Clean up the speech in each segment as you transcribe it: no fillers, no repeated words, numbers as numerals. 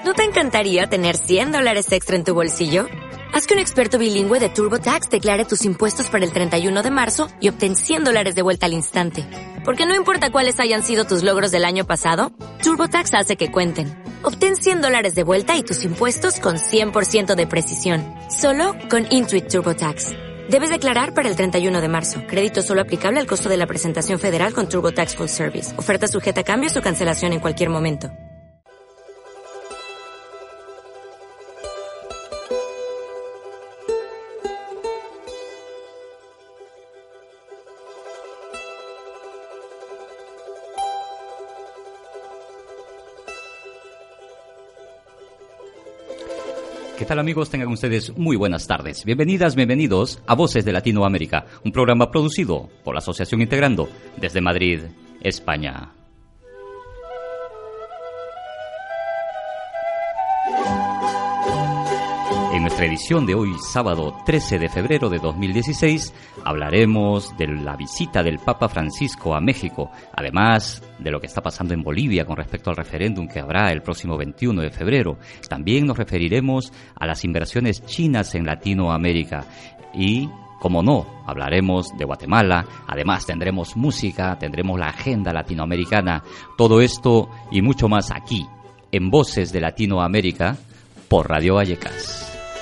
¿No te encantaría tener $100 extra en tu bolsillo? Haz que un experto bilingüe de TurboTax declare tus impuestos para el 31 de marzo y obtén $100 de vuelta al instante. Porque no importa cuáles hayan sido tus logros del año pasado, TurboTax hace que cuenten. Obtén $100 de vuelta y tus impuestos con 100% de precisión. Solo con Intuit TurboTax. Debes declarar para el 31 de marzo. Crédito solo aplicable al costo de la presentación federal con TurboTax Full Service. Oferta sujeta a cambios o cancelación en cualquier momento. ¿Qué tal, amigos? Tengan ustedes muy buenas tardes. Bienvenidas, bienvenidos a Voces de Latinoamérica, un programa producido por la Asociación Integrando desde Madrid, España. En nuestra edición de hoy, sábado 13 de febrero de 2016, hablaremos de la visita del Papa Francisco a México, además de lo que está pasando en Bolivia con respecto al referéndum que habrá el próximo 21 de febrero. También nos referiremos a las inversiones chinas en Latinoamérica y, como no, hablaremos de Guatemala. Además tendremos música, tendremos la agenda latinoamericana. Todo esto y mucho más aquí, en Voces de Latinoamérica, por Radio Vallecas.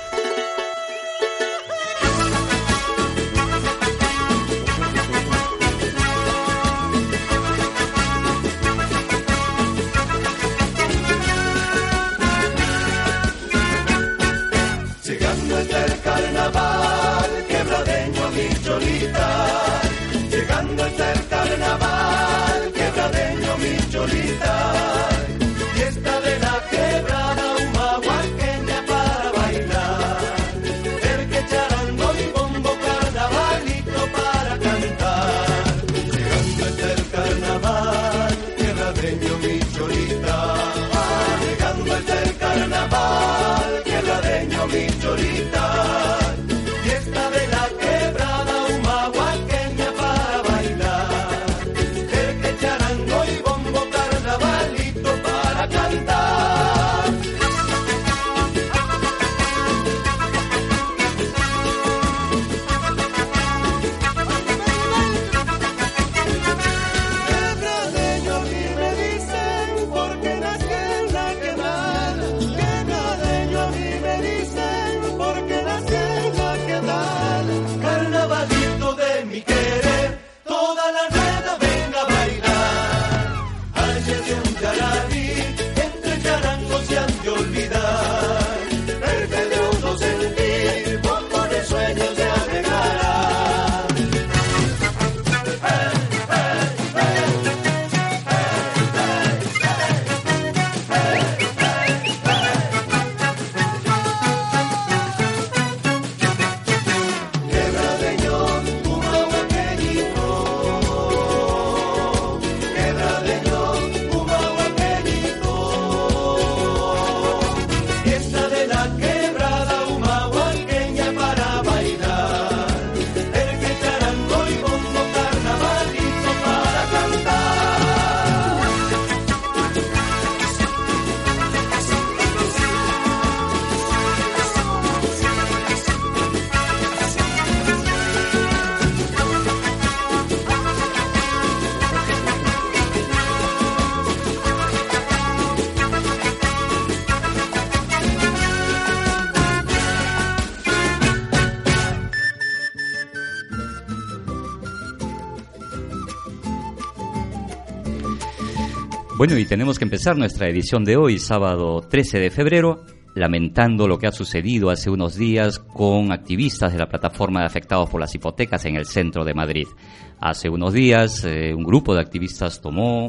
Bueno, y tenemos que empezar nuestra edición de hoy, sábado 13 de febrero, lamentando lo que ha sucedido hace unos días con activistas de la plataforma de afectados por las hipotecas en el centro de Madrid. Hace unos días un grupo de activistas tomó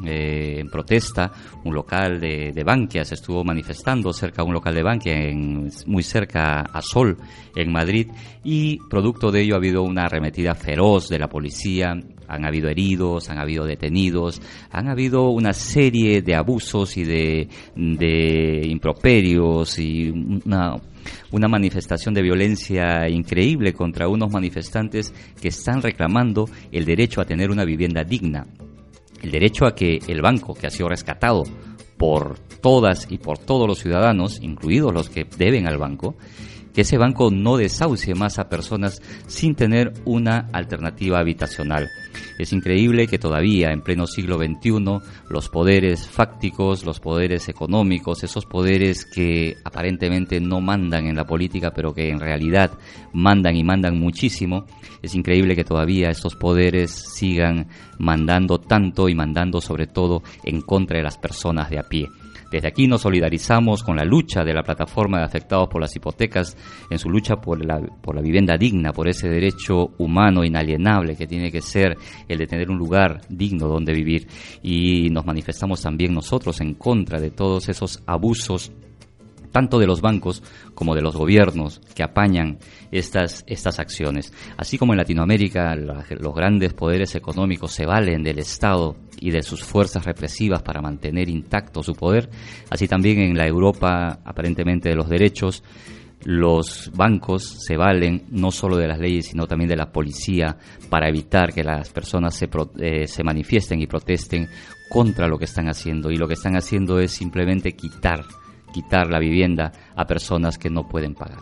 en protesta un local de Bankia, se estuvo manifestando cerca de un local de Bankia muy cerca a Sol, en Madrid, y producto de ello ha habido una arremetida feroz de la policía. Han habido heridos, han habido detenidos, han habido una serie de abusos y de improperios y una manifestación de violencia increíble contra unos manifestantes que están reclamando el derecho a tener una vivienda digna, el derecho a que el banco, que ha sido rescatado por todas y por todos los ciudadanos, incluidos los que deben al banco, que ese banco no desahucie más a personas sin tener una alternativa habitacional. Es increíble que todavía en pleno siglo XXI los poderes fácticos, los poderes económicos, esos poderes que aparentemente no mandan en la política pero que en realidad mandan y mandan muchísimo, es increíble que todavía estos poderes sigan mandando tanto y mandando sobre todo en contra de las personas de a pie. Desde aquí nos solidarizamos con la lucha de la plataforma de afectados por las hipotecas en su lucha por la vivienda digna, por ese derecho humano inalienable que tiene que ser el de tener un lugar digno donde vivir. Y nos manifestamos también nosotros en contra de todos esos abusos, tanto de los bancos como de los gobiernos que apañan estas acciones. Así como en Latinoamérica los grandes poderes económicos se valen del Estado y de sus fuerzas represivas para mantener intacto su poder, así también en la Europa aparentemente de los derechos, los bancos se valen no solo de las leyes sino también de la policía para evitar que las personas se manifiesten y protesten contra lo que están haciendo, y lo que están haciendo es simplemente quitar la vivienda a personas que no pueden pagar.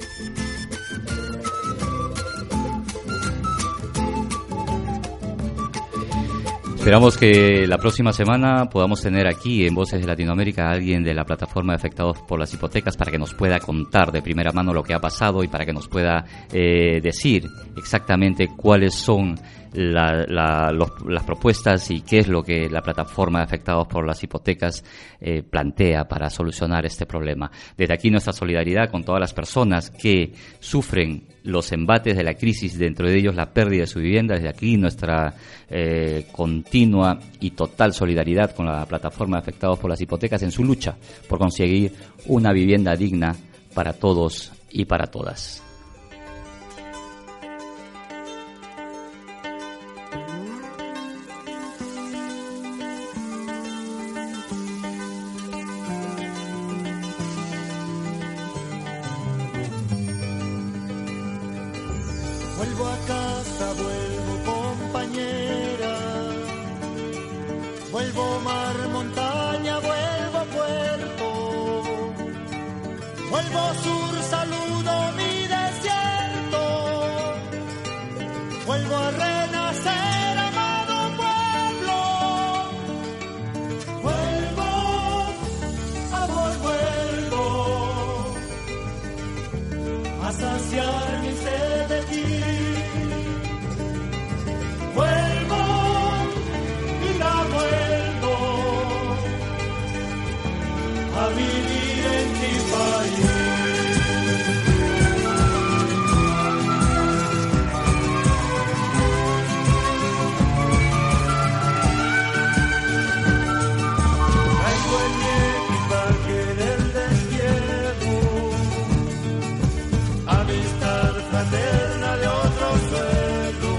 Esperamos que la próxima semana podamos tener aquí en Voces de Latinoamérica a alguien de la plataforma de afectados por las hipotecas para que nos pueda contar de primera mano lo que ha pasado y para que nos pueda decir exactamente cuáles son las propuestas y qué es lo que la plataforma de afectados por las hipotecas plantea para solucionar este problema. Desde aquí nuestra solidaridad con todas las personas que sufren los embates de la crisis, dentro de ellos la pérdida de su vivienda. Desde aquí nuestra continua y total solidaridad con la plataforma de afectados por las hipotecas en su lucha por conseguir una vivienda digna para todos y para todas. Vuelvo a casa, vuelvo compañera, vuelvo mar, montaña, vuelvo puerto, vuelvo sur, saludo mi desierto, vuelvo a renacer, amado pueblo, vuelvo, amor, vuelvo a saciar mi sed de ti. Vuelvo, mira, vuelvo a vivir en mi país. Traigo en mi equipaje del destierro amistad fraterna de otro suelo.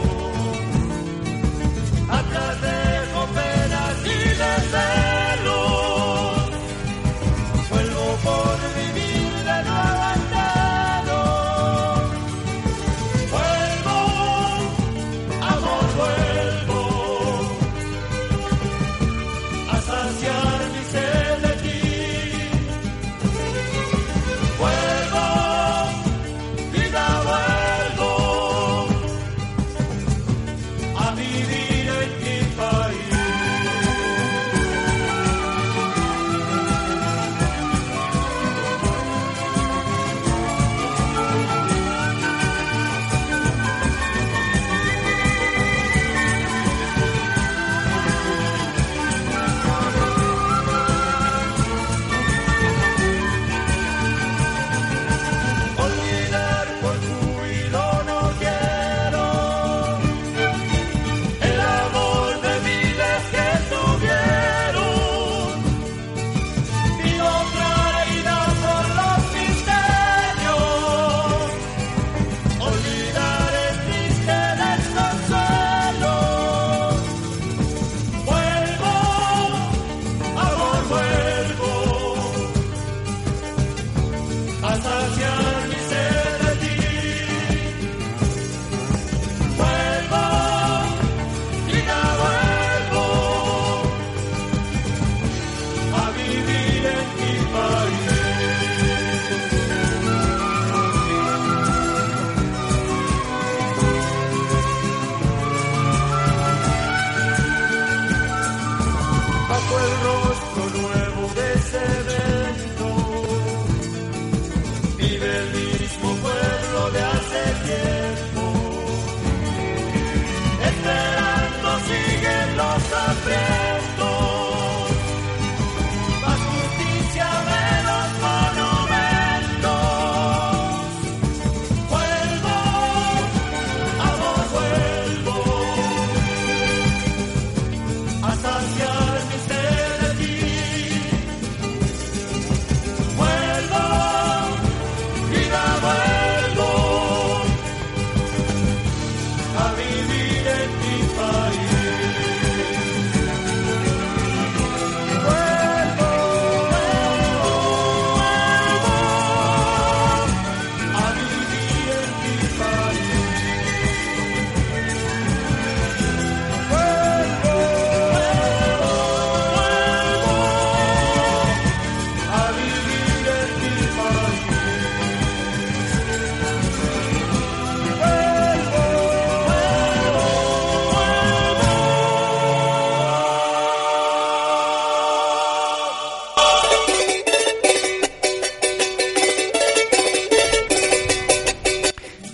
Atrás dejo penas y desvelos. Vuelvo por vivir de nuevo.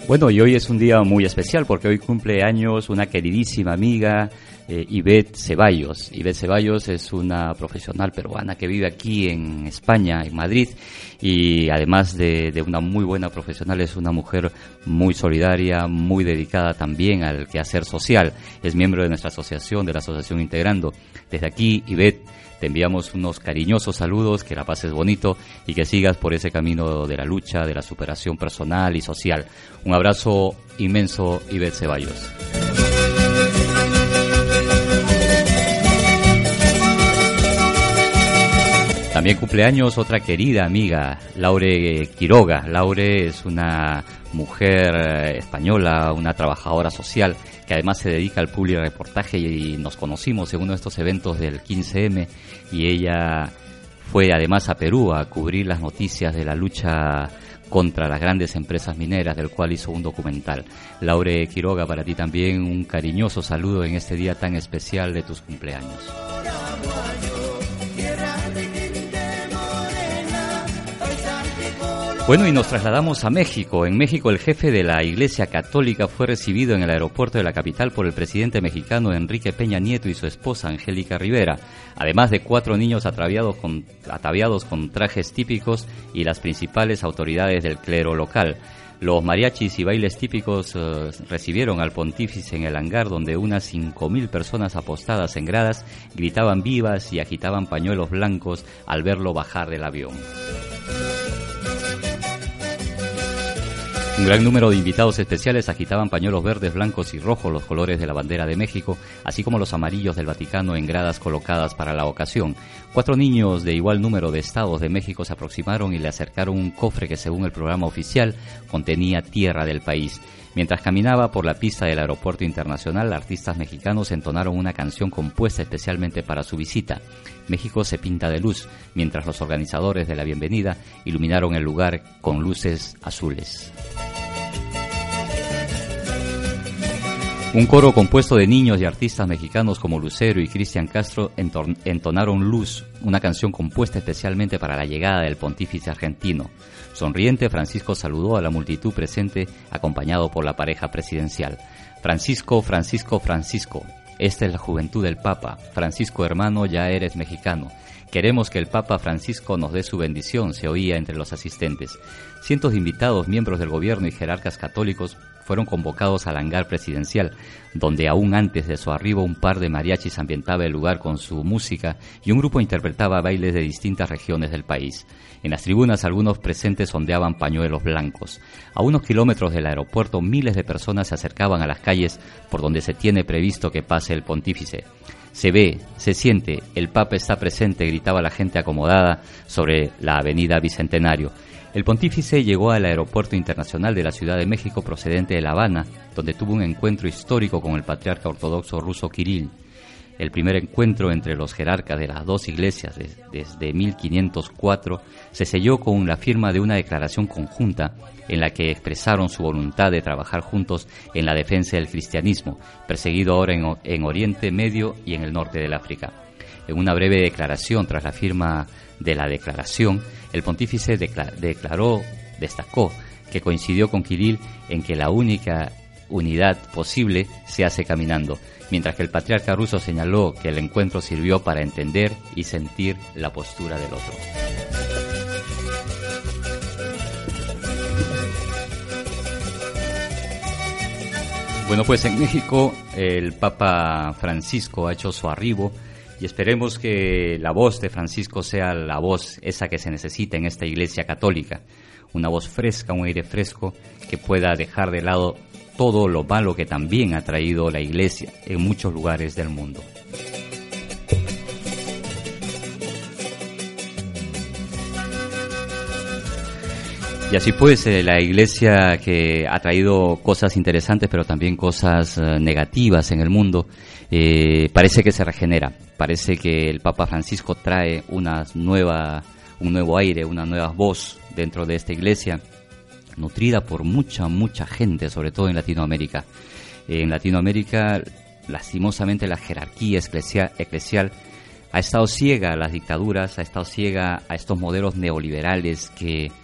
Bueno, y hoy es un día muy especial porque hoy cumple años una queridísima amiga, Ivette Ceballos. Ivette Ceballos es una profesional peruana que vive aquí en España, en Madrid, y además de una muy buena profesional, es una mujer muy solidaria, muy dedicada también al quehacer social. Es miembro de nuestra asociación, de la Asociación Integrando. Desde aquí, Ivette, te enviamos unos cariñosos saludos, que la pases bonito y que sigas por ese camino de la lucha, de la superación personal y social. Un abrazo inmenso, Ivette Ceballos. También cumpleaños otra querida amiga, Laure Quiroga. Laure es una mujer española, una trabajadora social que además se dedica al publireportaje y nos conocimos en uno de estos eventos del 15M y ella fue además a Perú a cubrir las noticias de la lucha contra las grandes empresas mineras, del cual hizo un documental. Laure Quiroga, para ti también un cariñoso saludo en este día tan especial de tus cumpleaños. Bueno, y nos trasladamos a México. En México, el jefe de la Iglesia Católica fue recibido en el aeropuerto de la capital por el presidente mexicano Enrique Peña Nieto y su esposa Angélica Rivera, además de 4 niños ataviados con trajes típicos y las principales autoridades del clero local. Los mariachis y bailes típicos recibieron al pontífice en el hangar, donde unas 5.000 personas apostadas en gradas gritaban vivas y agitaban pañuelos blancos al verlo bajar del avión. Un gran número de invitados especiales agitaban pañuelos verdes, blancos y rojos, los colores de la bandera de México, así como los amarillos del Vaticano en gradas colocadas para la ocasión. 4 niños de igual número de estados de México se aproximaron y le acercaron un cofre que, según el programa oficial, contenía tierra del país. Mientras caminaba por la pista del aeropuerto internacional, artistas mexicanos entonaron una canción compuesta especialmente para su visita. México se pinta de luz, mientras los organizadores de la bienvenida iluminaron el lugar con luces azules. Un coro compuesto de niños y artistas mexicanos como Lucero y Cristian Castro entonaron Luz, una canción compuesta especialmente para la llegada del pontífice argentino. Sonriente, Francisco saludó a la multitud presente, acompañado por la pareja presidencial. Francisco, Francisco, Francisco, esta es la juventud del Papa. Francisco, hermano, ya eres mexicano. Queremos que el Papa Francisco nos dé su bendición, se oía entre los asistentes. Cientos de invitados, miembros del gobierno y jerarcas católicos fueron convocados al hangar presidencial, donde aún antes de su arribo un par de mariachis ambientaba el lugar con su música y un grupo interpretaba bailes de distintas regiones del país. En las tribunas algunos presentes ondeaban pañuelos blancos. A unos kilómetros del aeropuerto miles de personas se acercaban a las calles por donde se tiene previsto que pase el pontífice. Se ve, se siente, el Papa está presente, gritaba la gente acomodada sobre la avenida Bicentenario. El pontífice llegó al aeropuerto internacional de la Ciudad de México procedente de La Habana, donde tuvo un encuentro histórico con el patriarca ortodoxo ruso Kirill. El primer encuentro entre los jerarcas de las dos iglesias desde 1504 se selló con la firma de una declaración conjunta en la que expresaron su voluntad de trabajar juntos en la defensa del cristianismo, perseguido ahora en Oriente Medio y en el norte del África. En una breve declaración tras la firma de la declaración, el pontífice destacó que coincidió con Kirill en que la única unidad posible se hace caminando, mientras que el patriarca ruso señaló que el encuentro sirvió para entender y sentir la postura del otro. Bueno, pues en México el Papa Francisco ha hecho su arribo y esperemos que la voz de Francisco sea la voz esa que se necesita en esta Iglesia Católica, una voz fresca, un aire fresco que pueda dejar de lado todo lo malo que también ha traído la Iglesia en muchos lugares del mundo. Y así pues, la Iglesia, que ha traído cosas interesantes pero también cosas negativas en el mundo, parece que se regenera. Parece que el Papa Francisco trae un nuevo aire, una nueva voz dentro de esta Iglesia, nutrida por mucha gente, sobre todo en Latinoamérica. En Latinoamérica, lastimosamente, la jerarquía eclesial ha estado ciega a las dictaduras, ha estado ciega a estos modelos neoliberales que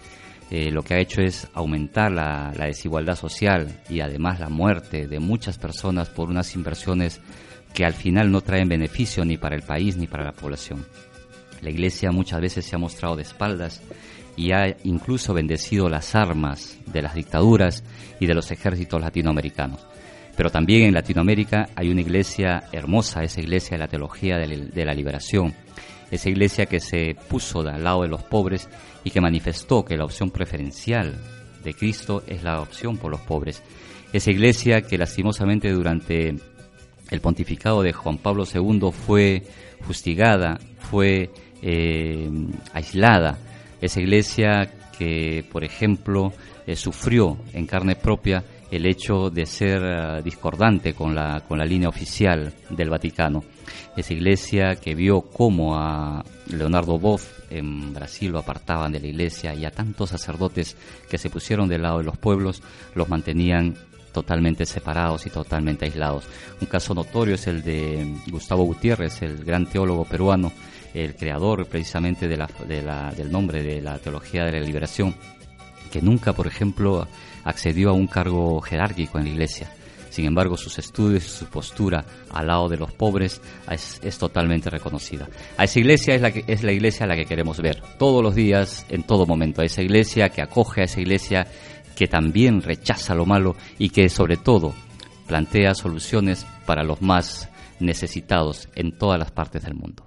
lo que ha hecho es aumentar la desigualdad social y además la muerte de muchas personas por unas inversiones que al final no traen beneficio ni para el país ni para la población. La Iglesia muchas veces se ha mostrado de espaldas y ha incluso bendecido las armas de las dictaduras y de los ejércitos latinoamericanos. Pero también en Latinoamérica hay una iglesia hermosa, esa iglesia de la teología de la liberación, esa iglesia que se puso al lado de los pobres y que manifestó que la opción preferencial de Cristo es la opción por los pobres. Esa iglesia que lastimosamente durante el pontificado de Juan Pablo II fue fustigada, fue aislada. Esa iglesia que, por ejemplo, sufrió en carne propia el hecho de ser discordante con la línea oficial del Vaticano. Esa iglesia que vio cómo a Leonardo Boff en Brasil lo apartaban de la iglesia y a tantos sacerdotes que se pusieron del lado de los pueblos los mantenían totalmente separados y totalmente aislados. Un caso notorio es el de Gustavo Gutiérrez, el gran teólogo peruano, el creador precisamente del nombre de la teología de la liberación, que nunca, por ejemplo, accedió a un cargo jerárquico en la iglesia. Sin embargo, sus estudios y su postura al lado de los pobres es totalmente reconocida. A esa iglesia es la iglesia a la que queremos ver todos los días, en todo momento. A esa iglesia que acoge, a esa iglesia que también rechaza lo malo y que sobre todo plantea soluciones para los más necesitados en todas las partes del mundo.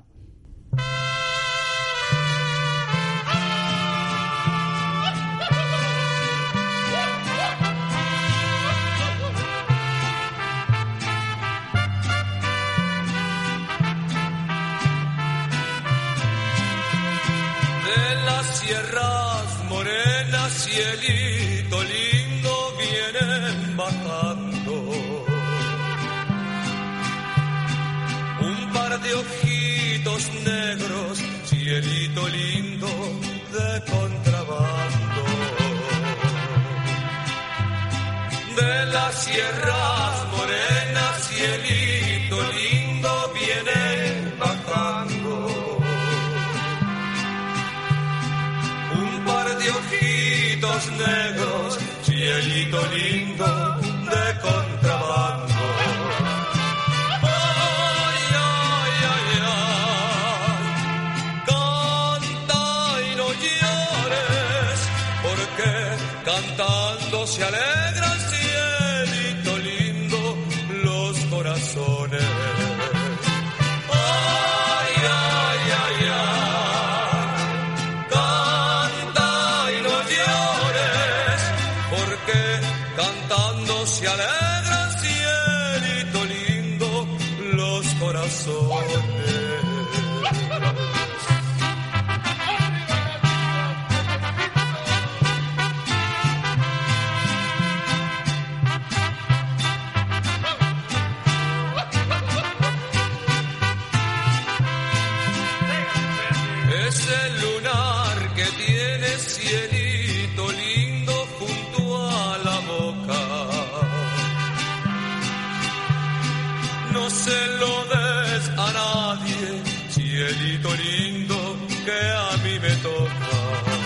Sierras morenas, cielito lindo, vienen bajando. Un par de ojitos negros, cielito lindo, de contrabando. De las sierras morenas, cielito lindo, vienen bajando. De ojitos negros, cielito lindo, de contrabando. Ay, ay, ay, ay, canta y no llores, porque cantando se alegran, cielito lindo, los corazones. Se alegran, cielito lindo, los corazones. Es el lunar que tiene, cielito lindo, junto a la boca. No se lo des a nadie, cielito lindo, que a mí me toca.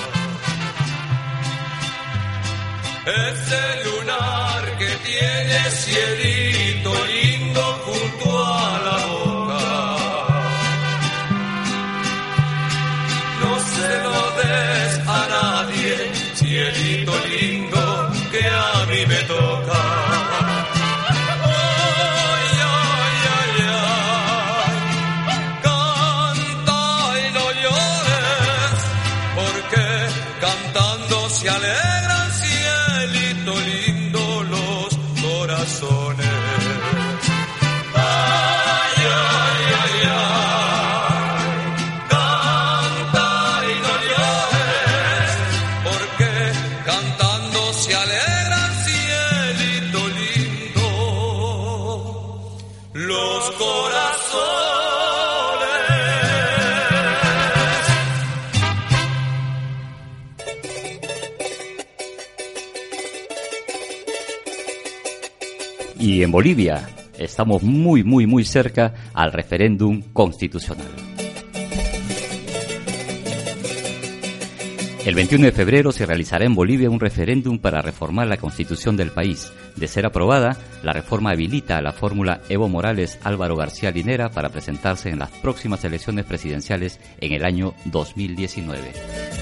Ese lunar que tiene, cielito lindo, junto a la boca. No se lo des a nadie, cielito lindo, que a mí me toca. Se alegran, cielito lindo, los corazones. Ay, ay, ay, ay, canta y no llores, porque cantando se alegran, cielito lindo, los corazones. Y en Bolivia estamos muy, muy, muy cerca al referéndum constitucional. El 21 de febrero se realizará en Bolivia un referéndum para reformar la constitución del país. De ser aprobada, la reforma habilita a la fórmula Evo Morales-Álvaro García Linera para presentarse en las próximas elecciones presidenciales en el año 2019.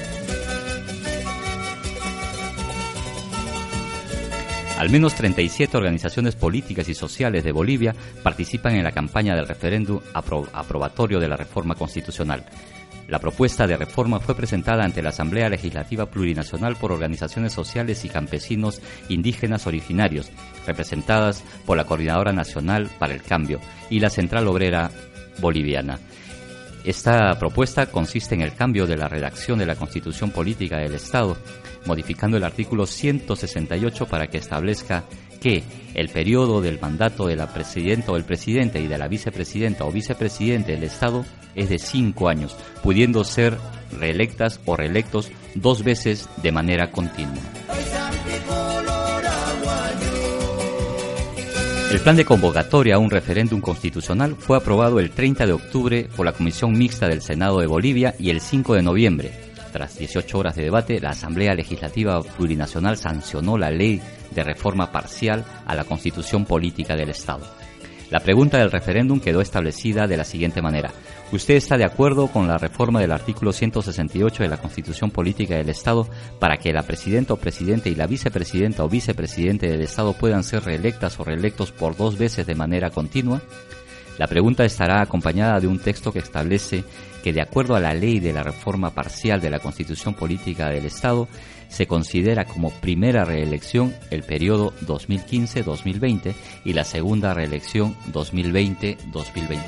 Al menos 37 organizaciones políticas y sociales de Bolivia participan en la campaña del referéndum aprobatorio de la reforma constitucional. La propuesta de reforma fue presentada ante la Asamblea Legislativa Plurinacional por organizaciones sociales y campesinos indígenas originarios, representadas por la Coordinadora Nacional para el Cambio y la Central Obrera Boliviana. Esta propuesta consiste en el cambio de la redacción de la Constitución Política del Estado, modificando el artículo 168 para que establezca que el periodo del mandato de la presidenta o el presidente y de la vicepresidenta o vicepresidente del Estado es de 5 años, pudiendo ser reelectas o reelectos 2 veces de manera continua. El plan de convocatoria a un referéndum constitucional fue aprobado el 30 de octubre por la Comisión Mixta del Senado de Bolivia y el 5 de noviembre. Tras 18 horas de debate, la Asamblea Legislativa Plurinacional sancionó la ley de reforma parcial a la Constitución Política del Estado. La pregunta del referéndum quedó establecida de la siguiente manera: ¿usted está de acuerdo con la reforma del artículo 168 de la Constitución Política del Estado para que la presidenta o presidente y la vicepresidenta o vicepresidente del Estado puedan ser reelectas o reelectos por 2 veces de manera continua? La pregunta estará acompañada de un texto que establece que, de acuerdo a la ley de la reforma parcial de la Constitución Política del Estado, se considera como primera reelección el periodo 2015-2020 y la segunda reelección 2020-2025.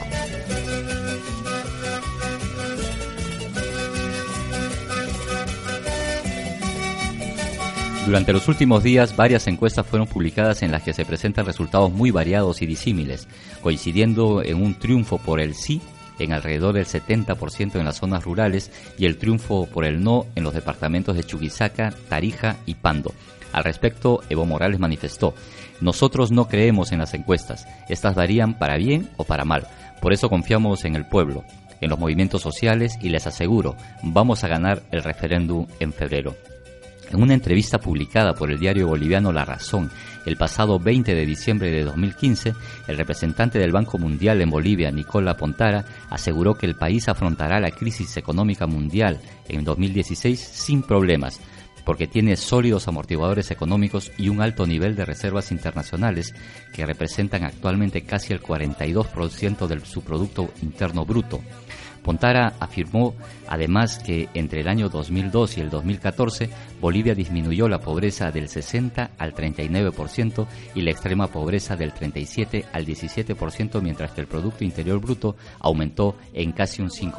Durante los últimos días, varias encuestas fueron publicadas en las que se presentan resultados muy variados y disímiles, coincidiendo en un triunfo por el sí en alrededor del 70% en las zonas rurales y el triunfo por el no en los departamentos de Chuquisaca, Tarija y Pando. Al respecto, Evo Morales manifestó: «Nosotros no creemos en las encuestas, estas varían para bien o para mal, por eso confiamos en el pueblo, en los movimientos sociales y les aseguro, vamos a ganar el referéndum en febrero». En una entrevista publicada por el diario boliviano La Razón el pasado 20 de diciembre de 2015, el representante del Banco Mundial en Bolivia, Nicola Pontara, aseguró que el país afrontará la crisis económica mundial en 2016 sin problemas, porque tiene sólidos amortiguadores económicos y un alto nivel de reservas internacionales que representan actualmente casi el 42% de su Producto Interno Bruto. Pontara afirmó además que entre el año 2002 y el 2014 Bolivia disminuyó la pobreza del 60 al 39% y la extrema pobreza del 37 al 17%, mientras que el Producto Interior Bruto aumentó en casi un 5%.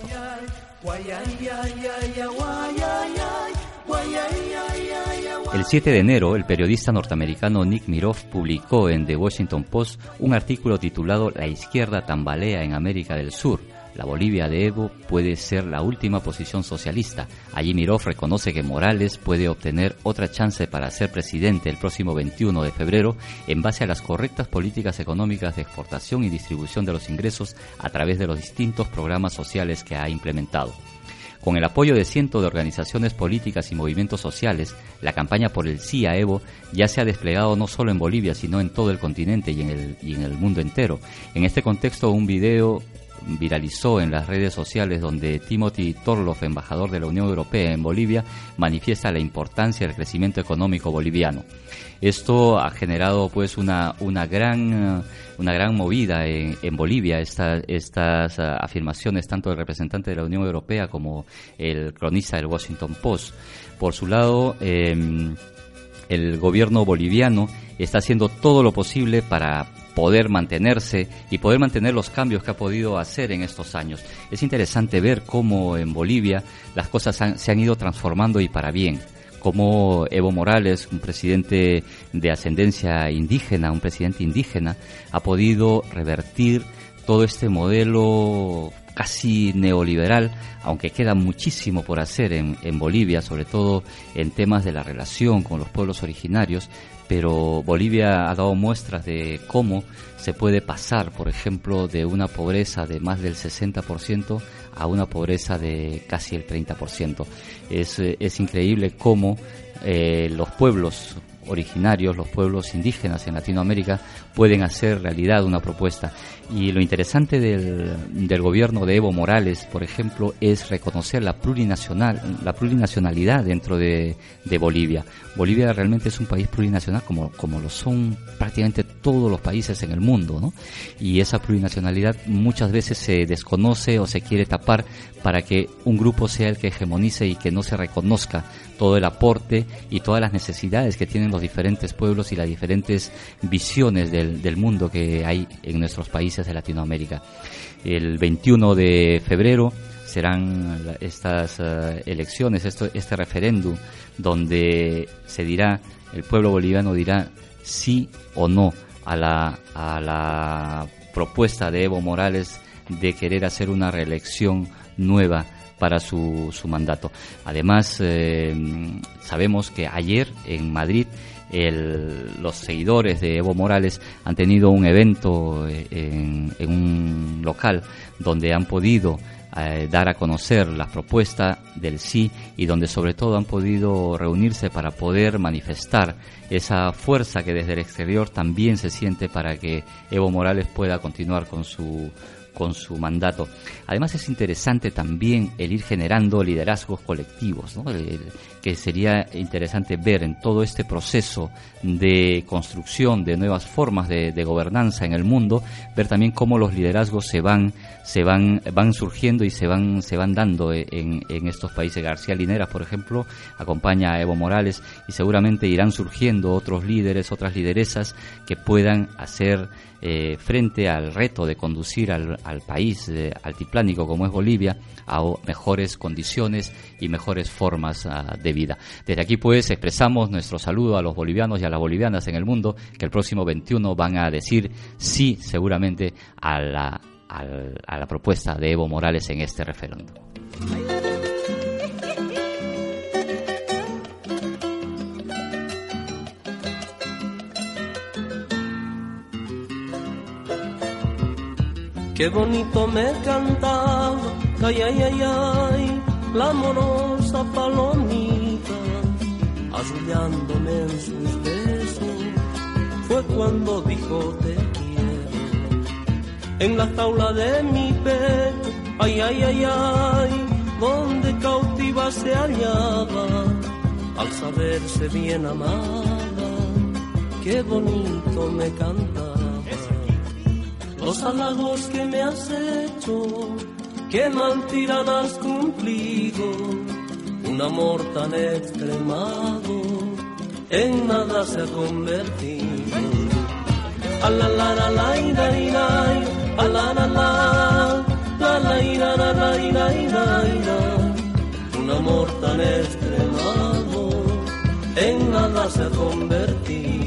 El 7 de enero, el periodista norteamericano Nick Miroff publicó en The Washington Post un artículo titulado «La izquierda tambalea en América del Sur. La Bolivia de Evo puede ser la última posición socialista». Allí Miroff reconoce que Morales puede obtener otra chance para ser presidente el próximo 21 de febrero en base a las correctas políticas económicas de exportación y distribución de los ingresos a través de los distintos programas sociales que ha implementado. Con el apoyo de cientos de organizaciones políticas y movimientos sociales, la campaña por el sí a Evo ya se ha desplegado no solo en Bolivia, sino en todo el continente y en el mundo entero. En este contexto, un video viralizó en las redes sociales donde Timothy Torloff, embajador de la Unión Europea en Bolivia, manifiesta la importancia del crecimiento económico boliviano. Esto ha generado pues una gran movida en Bolivia, estas afirmaciones tanto del representante de la Unión Europea como el cronista del Washington Post. Por su lado, el gobierno boliviano está haciendo todo lo posible para poder mantenerse y poder mantener los cambios que ha podido hacer en estos años. Es interesante ver cómo en Bolivia las cosas se han ido transformando y para bien. Como Evo Morales, un presidente de ascendencia indígena, un presidente indígena, ha podido revertir todo este modelo casi neoliberal, aunque queda muchísimo por hacer en Bolivia, sobre todo en temas de la relación con los pueblos originarios, pero Bolivia ha dado muestras de cómo se puede pasar, por ejemplo, de una pobreza de más del 60% a una pobreza de casi el 30%. Es increíble cómo los pueblos originarios, los pueblos indígenas en Latinoamérica pueden hacer realidad una propuesta. Y lo interesante del gobierno de Evo Morales, por ejemplo, es reconocer la plurinacionalidad dentro de Bolivia. Bolivia realmente es un país plurinacional como lo son prácticamente todos los países en el mundo, ¿no? Y esa plurinacionalidad muchas veces se desconoce o se quiere tapar para que un grupo sea el que hegemonice y que no se reconozca todo el aporte y todas las necesidades que tienen los diferentes pueblos y las diferentes visiones del mundo que hay en nuestros países de Latinoamérica. El 21 de febrero serán estas elecciones, este referéndum, donde se dirá, el pueblo boliviano dirá sí o no a la propuesta de Evo Morales de querer hacer una reelección nueva para su mandato. Además, sabemos que ayer en Madrid los seguidores de Evo Morales han tenido un evento en un local donde han podido dar a conocer las propuestas del sí y donde sobre todo han podido reunirse para poder manifestar esa fuerza que desde el exterior también se siente para que Evo Morales pueda continuar con su mandato. Además es interesante también el ir generando liderazgos colectivos, ¿no? Que sería interesante ver en todo este proceso de construcción de nuevas formas de gobernanza en el mundo, ver también cómo los liderazgos van surgiendo y se van dando en estos países. García Linera, por ejemplo, acompaña a Evo Morales y seguramente irán surgiendo otros líderes, otras lideresas que puedan hacer frente al reto de conducir al país altiplánico como es Bolivia a mejores condiciones y mejores formas de vida. Desde aquí pues expresamos nuestro saludo a los bolivianos y a las bolivianas en el mundo que el próximo 21 van a decir sí seguramente a la propuesta de Evo Morales en este referéndum. Qué bonito me cantaba, ay, ay, ay, ay, la amorosa palomita, arrullándome en sus besos, fue cuando dijo te quiero, en la jaula de mi pecho, ay, ay, ay, ay, donde cautiva se hallaba, al saberse bien amada, qué bonito me cantaba. Los halagos que me has hecho, qué mentira has cumplido, un amor tan extremado, en nada se ha convertido. A la la la la ira ira, a la la la, la la ira la la ira ira ira, un amor tan extremado, en nada se ha convertido.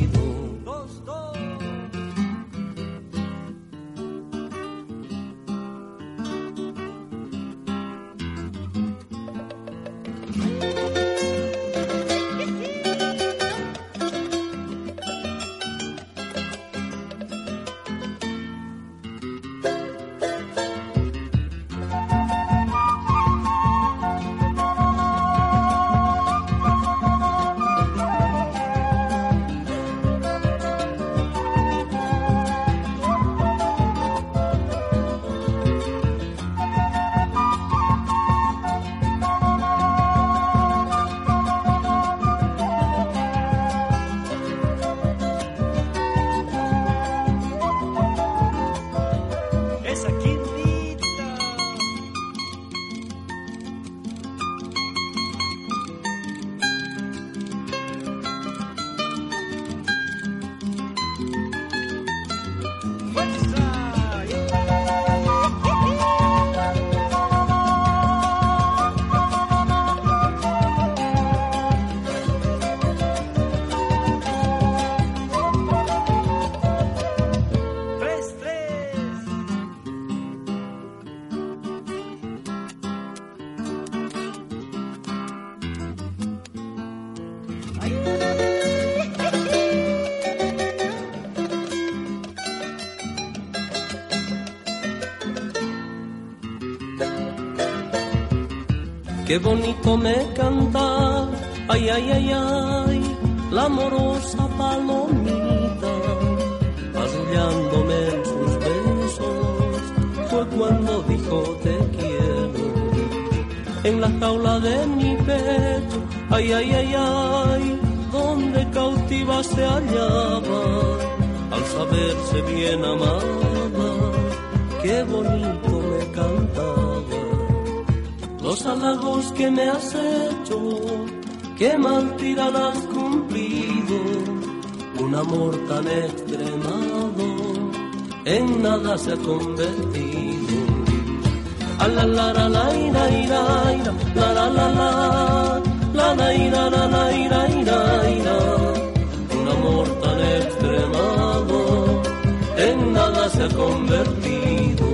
qué bonito me canta, ay, ay, ay, ay, la amorosa palomita, arrullándome en sus besos, fue cuando dijo te quiero, en la jaula de mi pecho, ay, ay, ay, ay, donde cautiva se hallaba, al saberse bien amada, qué bonito me cantaba. Los halagos que me has hecho, qué mal has cumplido, un amor tan extremado, en nada se ha convertido. A la la la la ira ira ira, la la la la, la la ira la la ira ira ira, un amor tan extremado, en nada se ha convertido.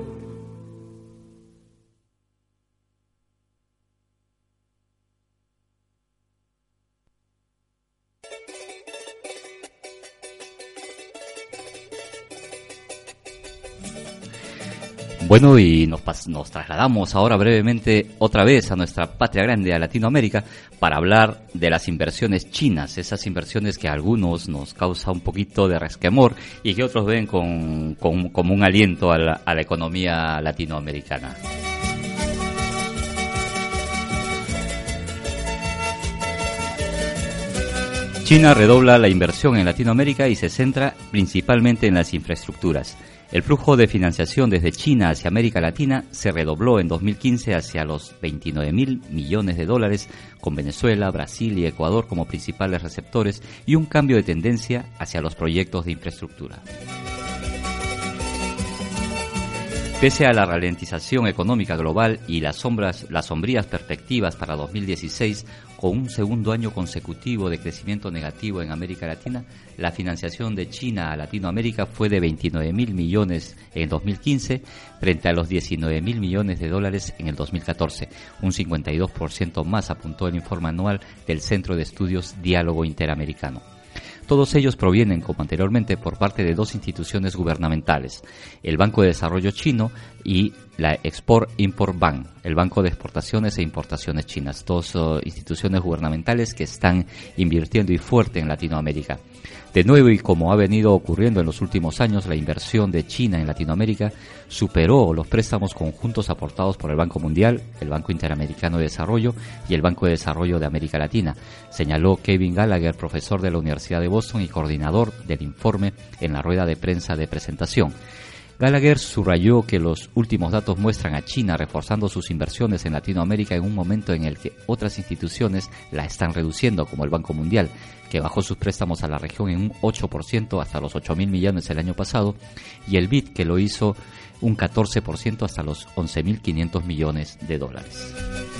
Bueno, y nos trasladamos ahora brevemente otra vez a nuestra patria grande, a Latinoamérica, para hablar de las inversiones chinas, esas inversiones que a algunos nos causa un poquito de resquemor y que otros ven como un aliento a la economía latinoamericana. China redobla la inversión en Latinoamérica y se centra principalmente en las infraestructuras. El flujo de financiación desde China hacia América Latina se redobló en 2015 hacia los 29.000 millones de dólares, con Venezuela, Brasil y Ecuador como principales receptores, y un cambio de tendencia hacia los proyectos de infraestructura. Pese a la ralentización económica global y las sombrías perspectivas para 2016, con un segundo año consecutivo de crecimiento negativo en América Latina, la financiación de China a Latinoamérica fue de 29.000 millones en 2015 frente a los 19.000 millones de dólares en el 2014, un 52% más, apuntó el informe anual del Centro de Estudios Diálogo Interamericano. Todos ellos provienen, como anteriormente, por parte de dos instituciones gubernamentales, el Banco de Desarrollo Chino y la Export-Import Bank, el Banco de Exportaciones e Importaciones Chinas, dos instituciones gubernamentales que están invirtiendo y fuerte en Latinoamérica. De nuevo, y como ha venido ocurriendo en los últimos años, la inversión de China en Latinoamérica superó los préstamos conjuntos aportados por el Banco Mundial, el Banco Interamericano de Desarrollo y el Banco de Desarrollo de América Latina, señaló Kevin Gallagher, profesor de la Universidad de Boston y coordinador del informe en la rueda de prensa de presentación. Gallagher subrayó que los últimos datos muestran a China reforzando sus inversiones en Latinoamérica en un momento en el que otras instituciones la están reduciendo, como el Banco Mundial, que bajó sus préstamos a la región en un 8% hasta los 8.000 millones el año pasado, y el BID, que lo hizo un 14% hasta los 11.500 millones de dólares.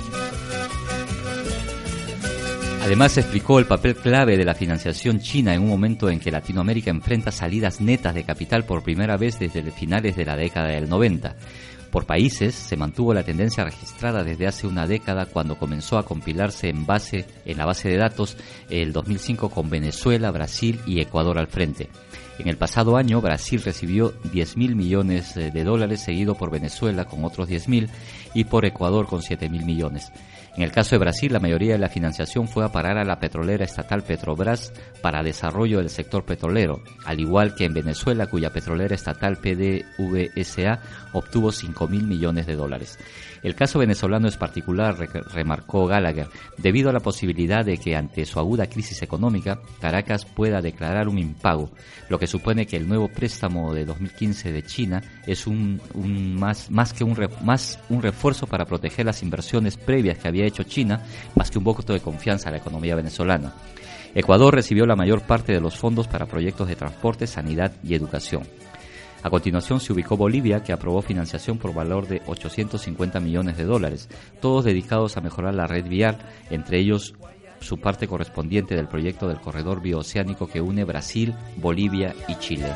Además, explicó el papel clave de la financiación china en un momento en que Latinoamérica enfrenta salidas netas de capital por primera vez desde finales de la década del 90. Por países, se mantuvo la tendencia registrada desde hace una década, cuando comenzó a compilarse en la base de datos el 2005, con Venezuela, Brasil y Ecuador al frente. En el pasado año, Brasil recibió 10.000 millones de dólares, seguido por Venezuela con otros 10.000 y por Ecuador con 7.000 millones. En el caso de Brasil, la mayoría de la financiación fue a parar a la petrolera estatal Petrobras para desarrollo del sector petrolero, al igual que en Venezuela, cuya petrolera estatal PDVSA obtuvo 5.000 millones de dólares. El caso venezolano es particular, remarcó Gallagher, debido a la posibilidad de que ante su aguda crisis económica, Caracas pueda declarar un impago, lo que supone que el nuevo préstamo de 2015 de China es más un refuerzo para proteger las inversiones previas que había hecho China, más que un voto de confianza a la economía venezolana. Ecuador recibió la mayor parte de los fondos para proyectos de transporte, sanidad y educación. A continuación se ubicó Bolivia, que aprobó financiación por valor de 850 millones de dólares, todos dedicados a mejorar la red vial, entre ellos su parte correspondiente del proyecto del corredor bioceánico que une Brasil, Bolivia y Chile.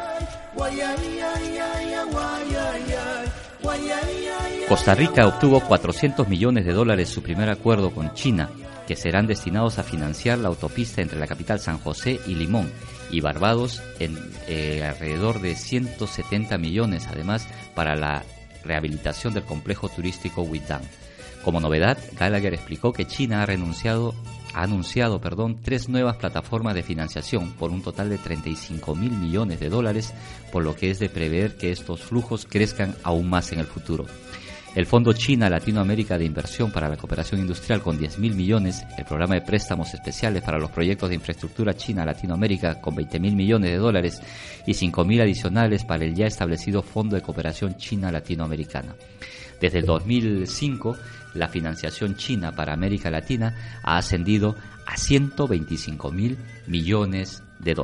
Costa Rica obtuvo 400 millones de dólares, su primer acuerdo con China, que serán destinados a financiar la autopista entre la capital San José y Limón, y Barbados en alrededor de 170 millones, además, para la rehabilitación del complejo turístico Whitlam. Como novedad, Gallagher explicó que China ha anunciado 3 nuevas plataformas de financiación por un total de $35.000 millones, por lo que es de prever que estos flujos crezcan aún más en el futuro. El Fondo China Latinoamérica de Inversión para la Cooperación Industrial con $10.000 millones, el Programa de Préstamos Especiales para los Proyectos de Infraestructura China Latinoamérica con $20.000 millones y 5.000 adicionales para el ya establecido Fondo de Cooperación China Latinoamericana. Desde el 2005, la financiación china para América Latina ha ascendido a $125.000 millones.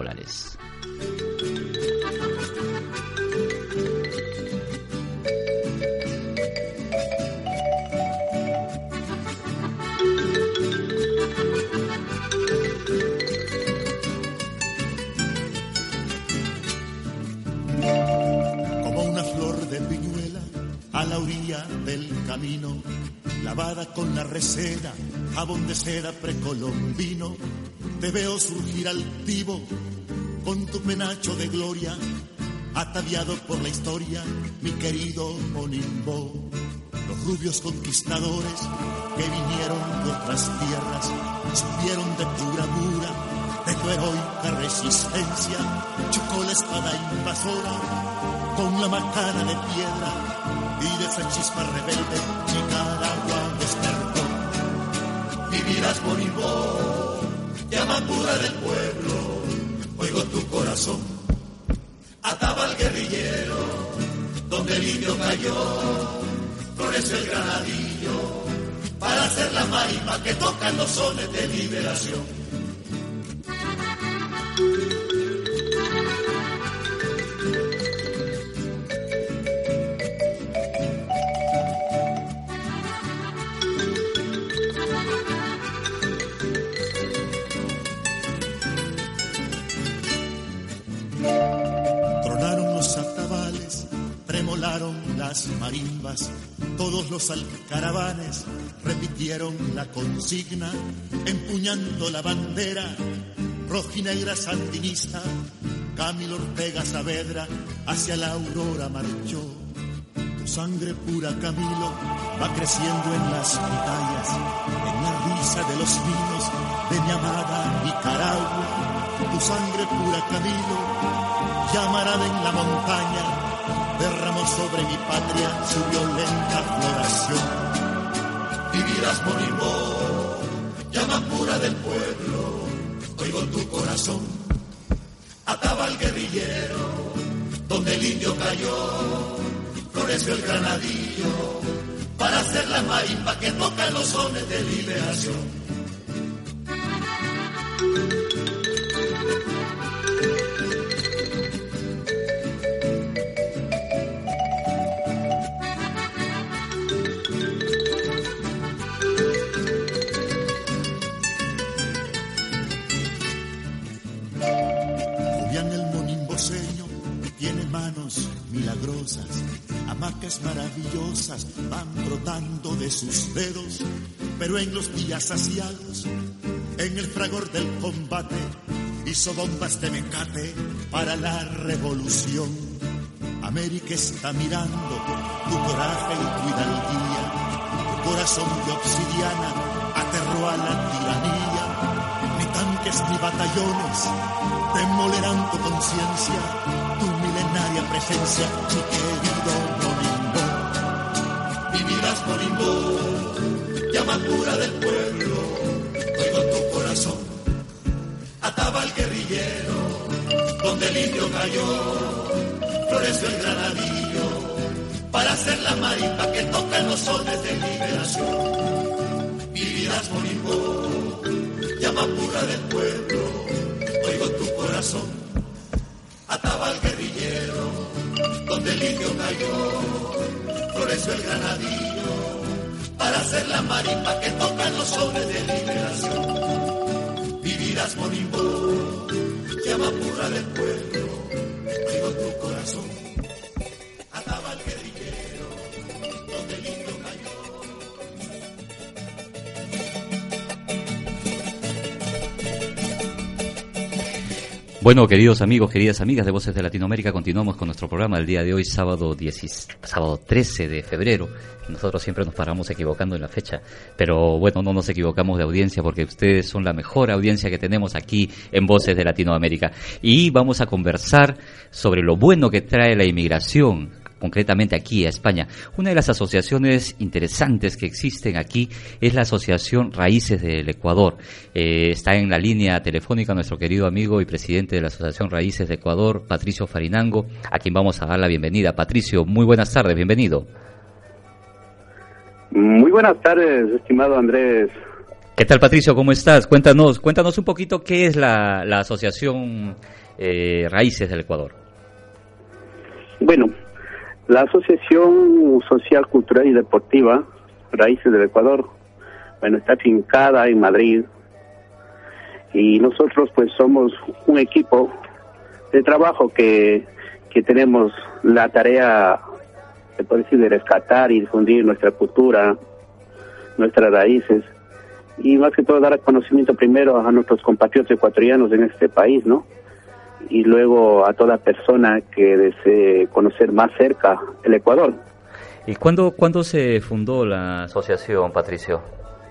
Como una flor de piñuela a la orilla del camino, lavada con la reseda, jabón de seda precolombino, te veo surgir altivo con tu penacho de gloria, ataviado por la historia, mi querido Monimbo. Los rubios conquistadores que vinieron de otras tierras supieron de tu bravura, de tu heroica resistencia. Chocó la espada invasora con la macana de piedra, y de esa chispa rebelde Nicaragua despertó. Vivirás, Monimbo, llama pura del pueblo, oigo tu corazón. Ataba al guerrillero, donde el indio cayó, floreció el granadillo, para hacer la marimba que tocan los sones de liberación. Las marimbas, todos los alcaravanes repitieron la consigna, empuñando la bandera rojinegra sandinista. Camilo Ortega Saavedra hacia la aurora marchó. Tu sangre pura, Camilo, va creciendo en las montañas, en la risa de los vinos de mi amada Nicaragua. Tu sangre pura, Camilo, llamará en la montaña, derramó sobre mi patria su violenta floración. Vivirás, Monimbo, llama pura del pueblo, oigo tu corazón. Ataba al guerrillero, donde el indio cayó, floreció el granadillo, para hacer la marimba que tocan los sones de liberación. Hamacas maravillosas van brotando de sus dedos, pero en los días saciados, en el fragor del combate, hizo bombas de mecate para la revolución. América está mirando tu coraje y tu hidalguía, tu corazón de obsidiana aterró a la tiranía. Ni tanques ni batallones demolerán tu conciencia, tu milenaria presencia, mi querido Monimbo. Vivirás, Monimbo, llama pura del pueblo, oigo tu corazón. Ataba al guerrillero, donde el indio cayó, floreció el granadillo, para hacer la marimba que tocan los sones de liberación. Vivirás, Monimbo, llama pura del pueblo, oigo tu corazón. Ataba al guerrillero, donde el indio cayó, floreció el granadillo, para hacer la marimba que tocan los sones de liberación. Vivirás, Monimbo, llama pura del pueblo, oigo tu corazón. Ataba al guerrillero, donde el indio cayó. Bueno, queridos amigos, queridas amigas de Voces de Latinoamérica, continuamos con nuestro programa del día de hoy, sábado 13 de febrero. Nosotros siempre nos paramos equivocando en la fecha, pero bueno, no nos equivocamos de audiencia porque ustedes son la mejor audiencia que tenemos aquí en Voces de Latinoamérica. Y vamos a conversar sobre lo bueno que trae la inmigración, concretamente aquí a España. Una de las asociaciones interesantes que existen aquí es la Asociación Raíces del Ecuador. Está en la línea telefónica nuestro querido amigo y presidente de la Asociación Raíces de Ecuador, Patricio Farinango, a quien vamos a dar la bienvenida. Patricio, muy buenas tardes, bienvenido. Muy buenas tardes, estimado Andrés. ¿Qué tal, Patricio? ¿Cómo estás? Cuéntanos un poquito qué es la Asociación Raíces del Ecuador. Bueno, la Asociación Social, Cultural y Deportiva Raíces del Ecuador, bueno, está afincada en Madrid y nosotros pues somos un equipo de trabajo que tenemos la tarea, se puede decir, de rescatar y difundir nuestra cultura, nuestras raíces y más que todo dar conocimiento primero a nuestros compatriotas ecuatorianos en este país, ¿no? Y luego a toda persona que desee conocer más cerca el Ecuador. ¿Y cuándo se fundó la asociación, Patricio?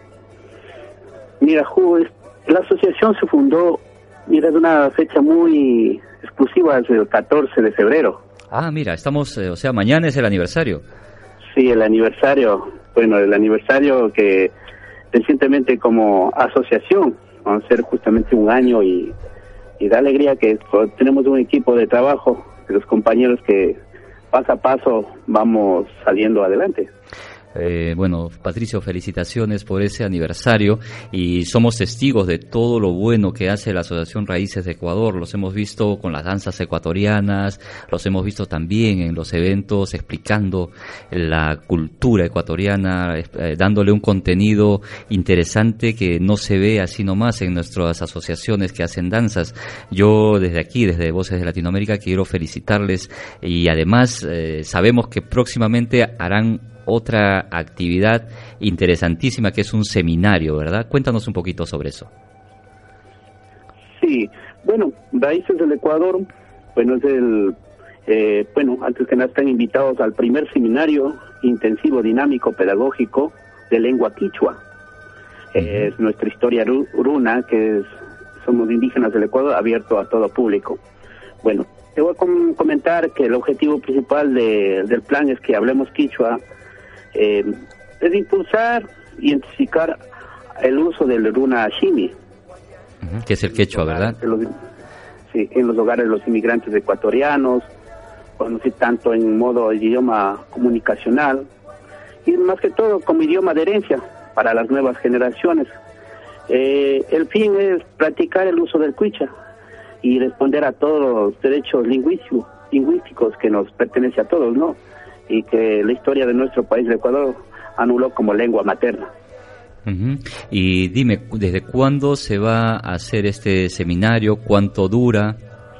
Mira, la asociación se fundó, de una fecha muy exclusiva, es el 14 de febrero. Ah, mira, estamos, mañana es el aniversario. Sí, el aniversario, el aniversario que recientemente como asociación, vamos a ser justamente un año y da alegría que tenemos un equipo de trabajo de los compañeros que paso a paso vamos saliendo adelante. Bueno, Patricio, felicitaciones por ese aniversario y somos testigos de todo lo bueno que hace la Asociación Raíces de Ecuador. Los hemos visto con las danzas ecuatorianas, los hemos visto también en los eventos explicando la cultura ecuatoriana, dándole un contenido interesante que no se ve así nomás en nuestras asociaciones que hacen danzas. Yo desde aquí, desde Voces de Latinoamérica, quiero felicitarles y además sabemos que próximamente harán otra actividad interesantísima que es un seminario, ¿verdad? Cuéntanos un poquito sobre eso. Sí, bueno, Raíces del Ecuador, es antes que nada están invitados al primer seminario intensivo, dinámico, pedagógico de lengua quichua. Es nuestra historia runa, somos indígenas del Ecuador, abierto a todo público. Bueno, te voy a comentar que el objetivo principal del plan es que hablemos quichua, es impulsar y identificar el uso del runa shimi, que es el quechua, ¿verdad? En los hogares de los inmigrantes ecuatorianos, tanto en modo de idioma comunicacional y más que todo como idioma de herencia para las nuevas generaciones. El fin es practicar el uso del quichua y responder a todos los derechos lingüísticos que nos pertenece a todos, ¿no? Y que la historia de nuestro país, el Ecuador, anuló como lengua materna. Y dime, ¿desde cuándo se va a hacer este seminario? ¿Cuánto dura?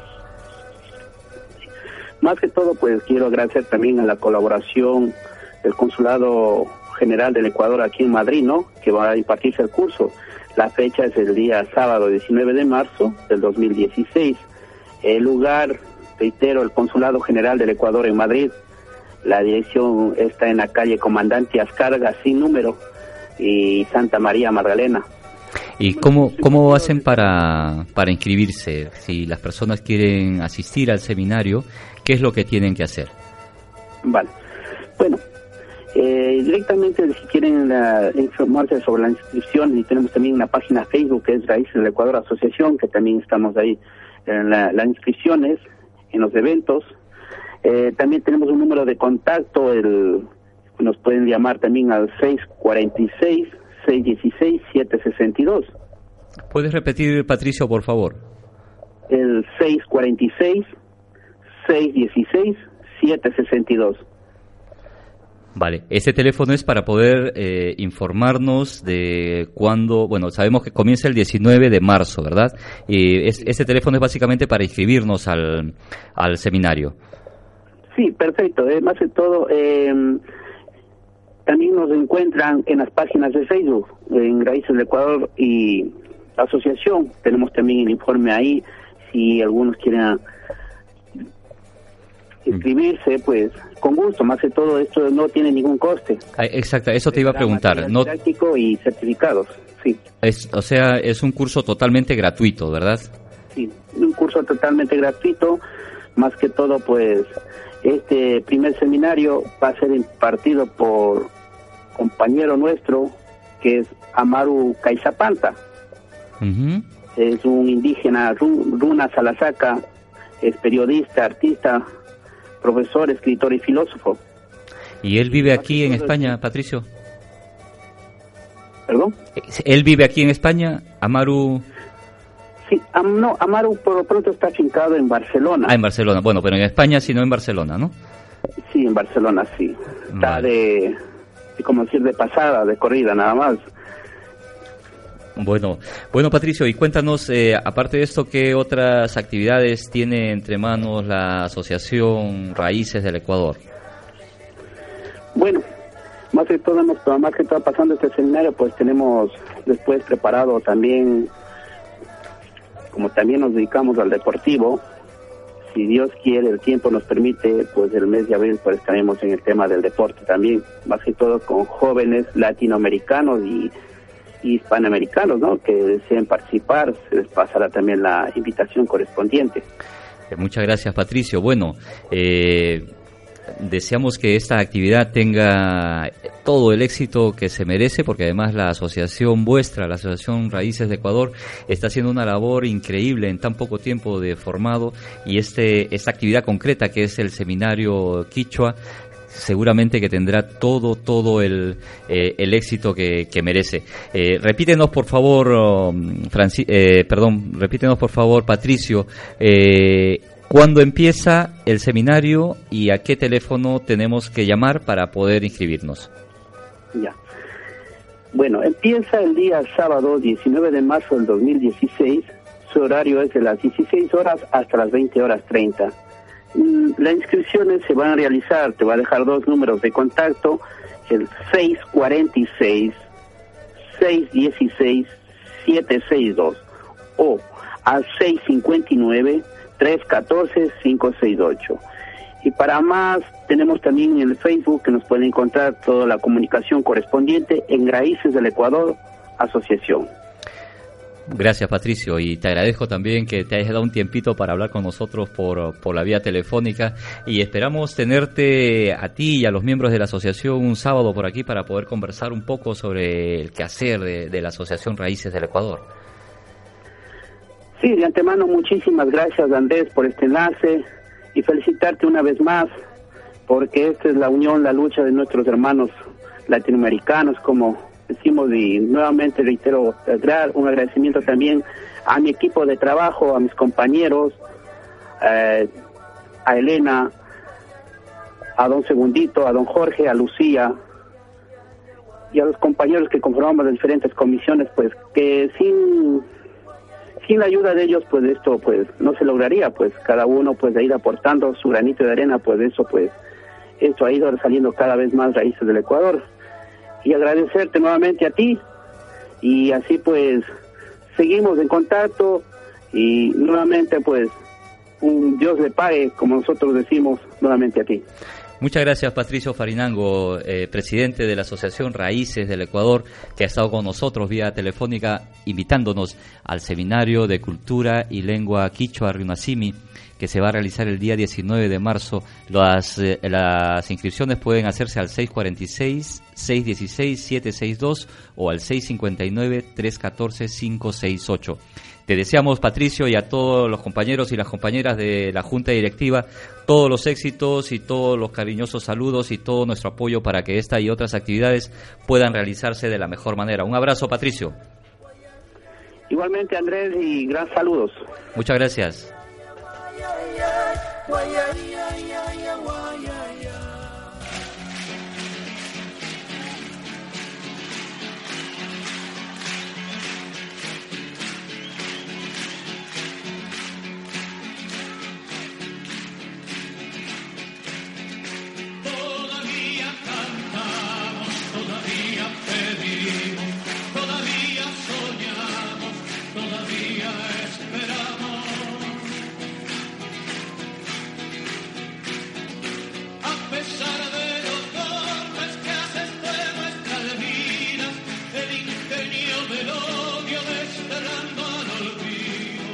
Más que todo, pues quiero agradecer también a la colaboración del Consulado General del Ecuador aquí en Madrid, ¿no? Que va a impartirse el curso. La fecha es el día sábado 19 de marzo del 2016. El lugar, reitero, el Consulado General del Ecuador en Madrid. La dirección está en la calle Comandante Azcárraga, sin número, y Santa María Magdalena. ¿Y cómo hacen para inscribirse? Si las personas quieren asistir al seminario, ¿qué es lo que tienen que hacer? Vale. Bueno, directamente si quieren informarse sobre la inscripción, y tenemos también una página Facebook que es Raíces del Ecuador Asociación, que también estamos ahí en las inscripciones, en los eventos. También tenemos un número de contacto, nos pueden llamar también al 646-616-762. ¿Puedes repetir, Patricio, por favor? El 646-616-762. Vale, ese teléfono es para poder informarnos de cuándo, sabemos que comienza el 19 de marzo, ¿verdad? Y ese teléfono es básicamente para inscribirnos al seminario. Sí, perfecto. Más que todo, también nos encuentran en las páginas de Facebook, en Raíces del Ecuador y Asociación. Tenemos también el informe ahí. si algunos quieren inscribirse, pues con gusto. Más que todo, esto no tiene ningún coste. Exacto, eso te iba a preguntar. No, práctico y certificados, sí. O sea, es un curso totalmente gratuito, ¿verdad? Sí, un curso totalmente gratuito. Más que todo, pues, este primer seminario va a ser impartido por compañero nuestro, que es Amaru Caizapanta. Uh-huh. Es un indígena Runa Salasaca, es periodista, artista, profesor, escritor y filósofo. ¿Y él vive aquí en España, Patricio? ¿Perdón? ¿Él vive aquí en España, Amaru? Sí, no, Amaru por lo pronto está afincado en Barcelona. Ah, en Barcelona. Bueno, pero en España sí, no en Barcelona, ¿no? Sí, en Barcelona sí. Está vale. Como decir, de pasada, de corrida, nada más. Bueno, Patricio, y cuéntanos, aparte de esto, ¿qué otras actividades tiene entre manos la Asociación Raíces del Ecuador? Bueno, más que todo pasando este seminario, pues tenemos después preparado también, como también nos dedicamos al deportivo, si Dios quiere, el tiempo nos permite, pues el mes de abril pues estaremos en el tema del deporte también, más que todo con jóvenes latinoamericanos y hispanoamericanos, ¿no?, que deseen participar. Se les pasará también la invitación correspondiente. Muchas gracias, Patricio. Bueno, deseamos que esta actividad tenga todo el éxito que se merece, porque además la asociación vuestra, la Asociación Raíces de Ecuador, está haciendo una labor increíble en tan poco tiempo de formado, y esta actividad concreta que es el seminario Quichua seguramente que tendrá todo el éxito que merece. Repítenos por favor, Patricio, ¿cuándo empieza el seminario y a qué teléfono tenemos que llamar para poder inscribirnos? Ya. Bueno, empieza el día sábado 19 de marzo del 2016. Su horario es de las 16 horas hasta las 20:30. Las inscripciones se van a realizar, te voy a dejar 2 números de contacto, el 646-616-762 o al 659-314-568. Y para más, tenemos también en el Facebook, que nos pueden encontrar toda la comunicación correspondiente en Raíces del Ecuador Asociación. Gracias, Patricio, y te agradezco también que te hayas dado un tiempito para hablar con nosotros por la vía telefónica, y esperamos tenerte a ti y a los miembros de la asociación un sábado por aquí para poder conversar un poco sobre el quehacer de la Asociación Raíces del Ecuador. Sí, de antemano muchísimas gracias, Andrés, por este enlace, y felicitarte una vez más, porque esta es la unión, la lucha de nuestros hermanos latinoamericanos, como decimos, y nuevamente reitero un agradecimiento también a mi equipo de trabajo, a mis compañeros, a Elena, a don Segundito, a don Jorge, a Lucía y a los compañeros que conformamos las diferentes comisiones, pues que sin la ayuda de ellos, pues esto pues no se lograría, pues cada uno pues de ir aportando su granito de arena, pues eso pues esto ha ido saliendo cada vez más Raíces del Ecuador. Y agradecerte nuevamente a ti, y así pues seguimos en contacto, y nuevamente pues un Dios le pague, como nosotros decimos, nuevamente a ti. Muchas gracias, Patricio Farinango, presidente de la Asociación Raíces del Ecuador, que ha estado con nosotros vía telefónica invitándonos al Seminario de Cultura y Lengua Quichua Riunasimi, que se va a realizar el día 19 de marzo. Las inscripciones pueden hacerse al 646-616-762 o al 659-314-568. Te deseamos, Patricio, y a todos los compañeros y las compañeras de la Junta Directiva, todos los éxitos y todos los cariñosos saludos y todo nuestro apoyo para que esta y otras actividades puedan realizarse de la mejor manera. Un abrazo, Patricio. Igualmente, Andrés, y gran saludos. Muchas gracias. odio desterrando al olvido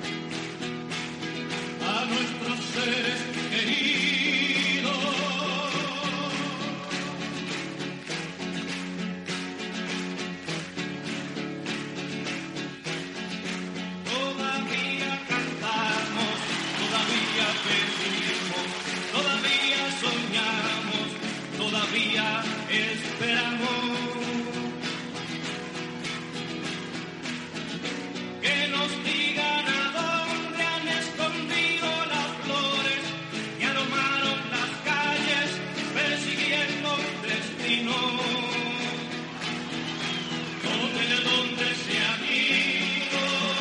a nuestros seres queridos. Todavía cantamos, todavía pedimos, todavía soñamos, todavía esperamos. Que nos digan a dónde han escondido las flores que aromaron las calles persiguiendo un destino. ¿Dónde se han ido?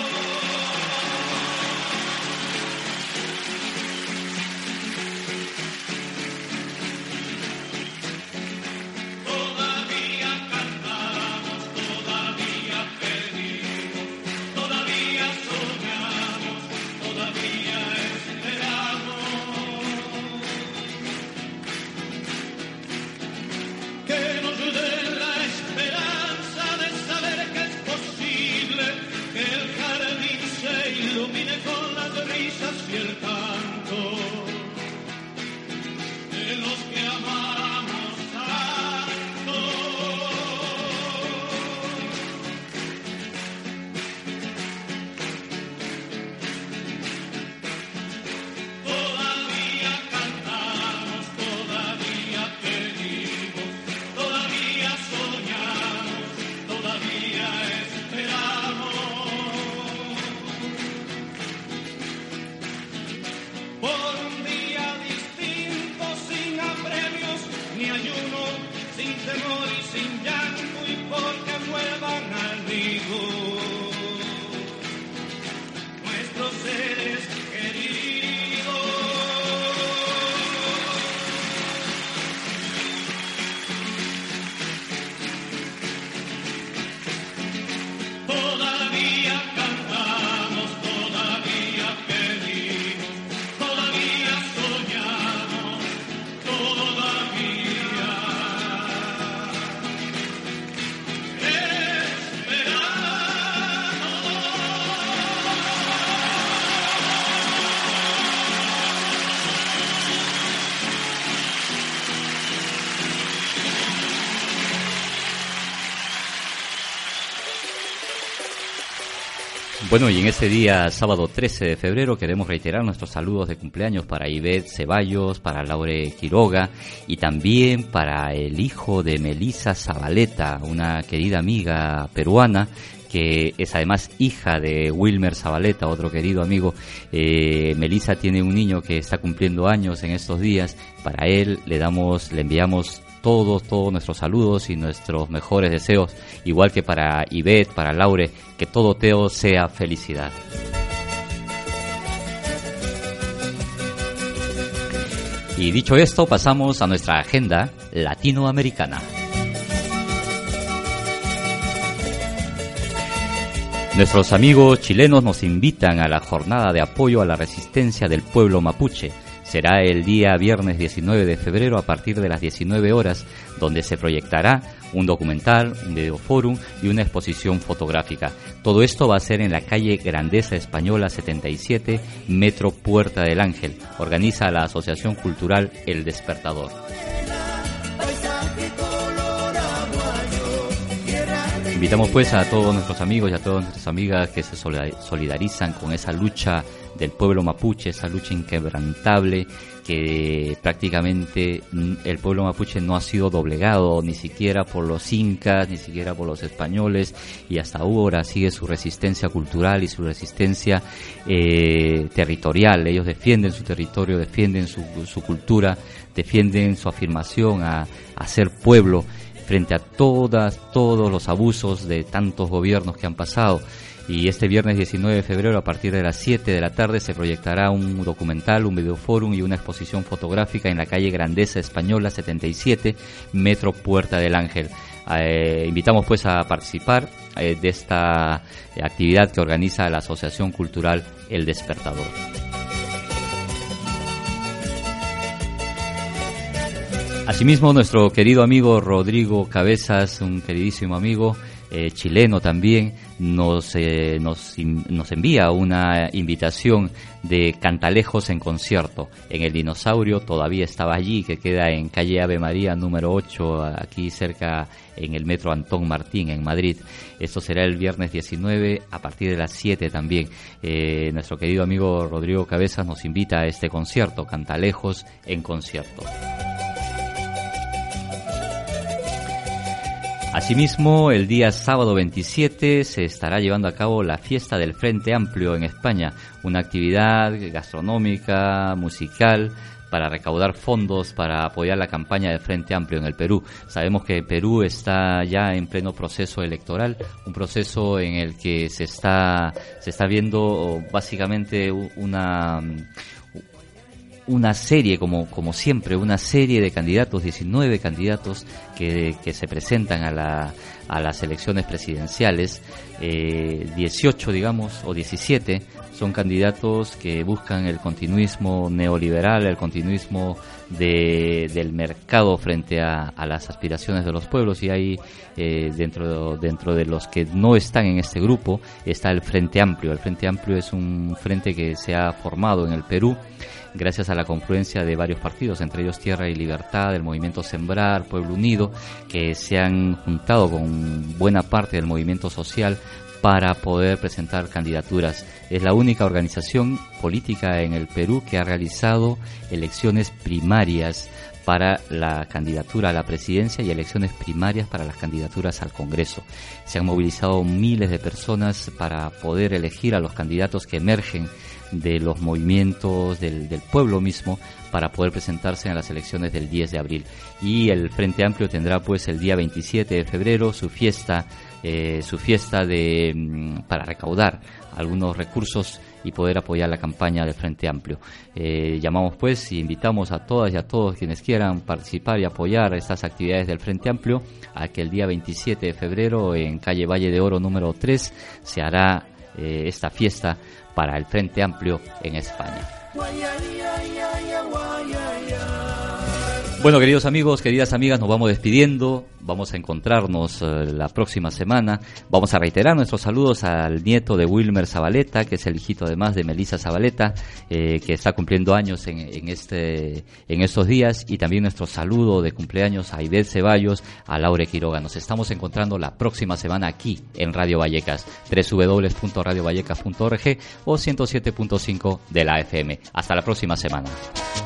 Todavía cantamos, todavía pedimos, todavía soñamos, todavía esperamos. Que nos dé la esperanza de saber que es posible que el jardín se ilumine con las risas y el canto de los que amamos tanto. Todavía cantamos, todavía pedimos, todavía soñamos, todavía esperamos. Por un día distinto, sin apremios ni ayuno, sin temor y sin llanto, y porque vuelvan al nido nuestros seres queridos. Todavía cantamos, todavía pedimos, todavía soñamos, todavía Bueno, y en este día, sábado 13 de febrero, queremos reiterar nuestros saludos de cumpleaños para Ivette Ceballos, para Laure Quiroga y también para el hijo de Melissa Zabaleta, una querida amiga peruana que es además hija de Wilmer Zabaleta, otro querido amigo. Melissa tiene un niño que está cumpliendo años en estos días. Para él le enviamos todos nuestros saludos y nuestros mejores deseos, igual que para Ivette, para Laure, que todo Teo sea felicidad. Y dicho esto, pasamos a nuestra agenda latinoamericana. Nuestros amigos chilenos nos invitan a la jornada de apoyo a la resistencia del pueblo mapuche. Será el día viernes 19 de febrero a partir de las 19 horas, donde se proyectará un documental, un videoforum y una exposición fotográfica. Todo esto va a ser en la calle Grandeza Española 77, Metro Puerta del Ángel. Organiza la Asociación Cultural El Despertador. Invitamos pues a todos nuestros amigos y a todas nuestras amigas que se solidarizan con esa lucha del pueblo mapuche, esa lucha inquebrantable que prácticamente el pueblo mapuche no ha sido doblegado ni siquiera por los incas, ni siquiera por los españoles, y hasta ahora sigue su resistencia cultural y su resistencia territorial. Ellos defienden su territorio, defienden su cultura, defienden su afirmación a ser pueblo frente a todos los abusos de tantos gobiernos que han pasado. Y este viernes 19 de febrero, a partir de las 7 de la tarde, se proyectará un documental, un videoforum y una exposición fotográfica en la calle Grandeza Española 77, Metro Puerta del Ángel. Invitamos pues a participar de esta actividad que organiza la Asociación Cultural El Despertador. Asimismo, nuestro querido amigo Rodrigo Cabezas, un queridísimo amigo, chileno también, nos envía una invitación de Cantalejos en concierto en el Dinosaurio. Todavía estaba allí, que queda en calle Ave María número 8, aquí cerca en el metro Antón Martín en Madrid. Esto será el viernes 19 a partir de las 7 también. Nuestro querido amigo Rodrigo Cabezas nos invita a este concierto, Cantalejos en concierto. Asimismo, el día sábado 27 se estará llevando a cabo la fiesta del Frente Amplio en España, una actividad gastronómica, musical, para recaudar fondos para apoyar la campaña del Frente Amplio en el Perú. Sabemos que Perú está ya en pleno proceso electoral, un proceso en el que se está viendo básicamente una serie, como siempre, una serie de candidatos, 19 candidatos que se presentan a las elecciones presidenciales, 18 digamos, o 17 son candidatos que buscan el continuismo neoliberal, el continuismo del mercado frente a las aspiraciones de los pueblos, y hay dentro de los que no están en este grupo está el Frente Amplio. El Frente Amplio es un frente que se ha formado en el Perú gracias a la confluencia de varios partidos, entre ellos Tierra y Libertad, el movimiento Sembrar, Pueblo Unido, que se han juntado con buena parte del movimiento social para poder presentar candidaturas. Es la única organización política en el Perú que ha realizado elecciones primarias para la candidatura a la presidencia y elecciones primarias para las candidaturas al Congreso. Se han movilizado miles de personas para poder elegir a los candidatos que emergen de los movimientos del pueblo mismo para poder presentarse en las elecciones del 10 de abril. Y el Frente Amplio tendrá pues el día 27 de febrero su fiesta para recaudar algunos recursos y poder apoyar la campaña del Frente Amplio. Llamamos pues y invitamos a todas y a todos quienes quieran participar y apoyar estas actividades del Frente Amplio a que el día 27 de febrero en calle Valle de Oro número 3 se hará esta fiesta para el Frente Amplio en España. Bueno, queridos amigos, queridas amigas, nos vamos despidiendo. Vamos a encontrarnos la próxima semana. Vamos a reiterar nuestros saludos al nieto de Wilmer Zabaleta, que es el hijito además de Melissa Zabaleta, que está cumpliendo años en estos días, y también nuestro saludo de cumpleaños a Ivette Ceballos, a Laure Quiroga. Nos estamos encontrando la próxima semana aquí en Radio Vallecas, www.radiovallecas.org o 107.5 de la FM. Hasta la próxima semana.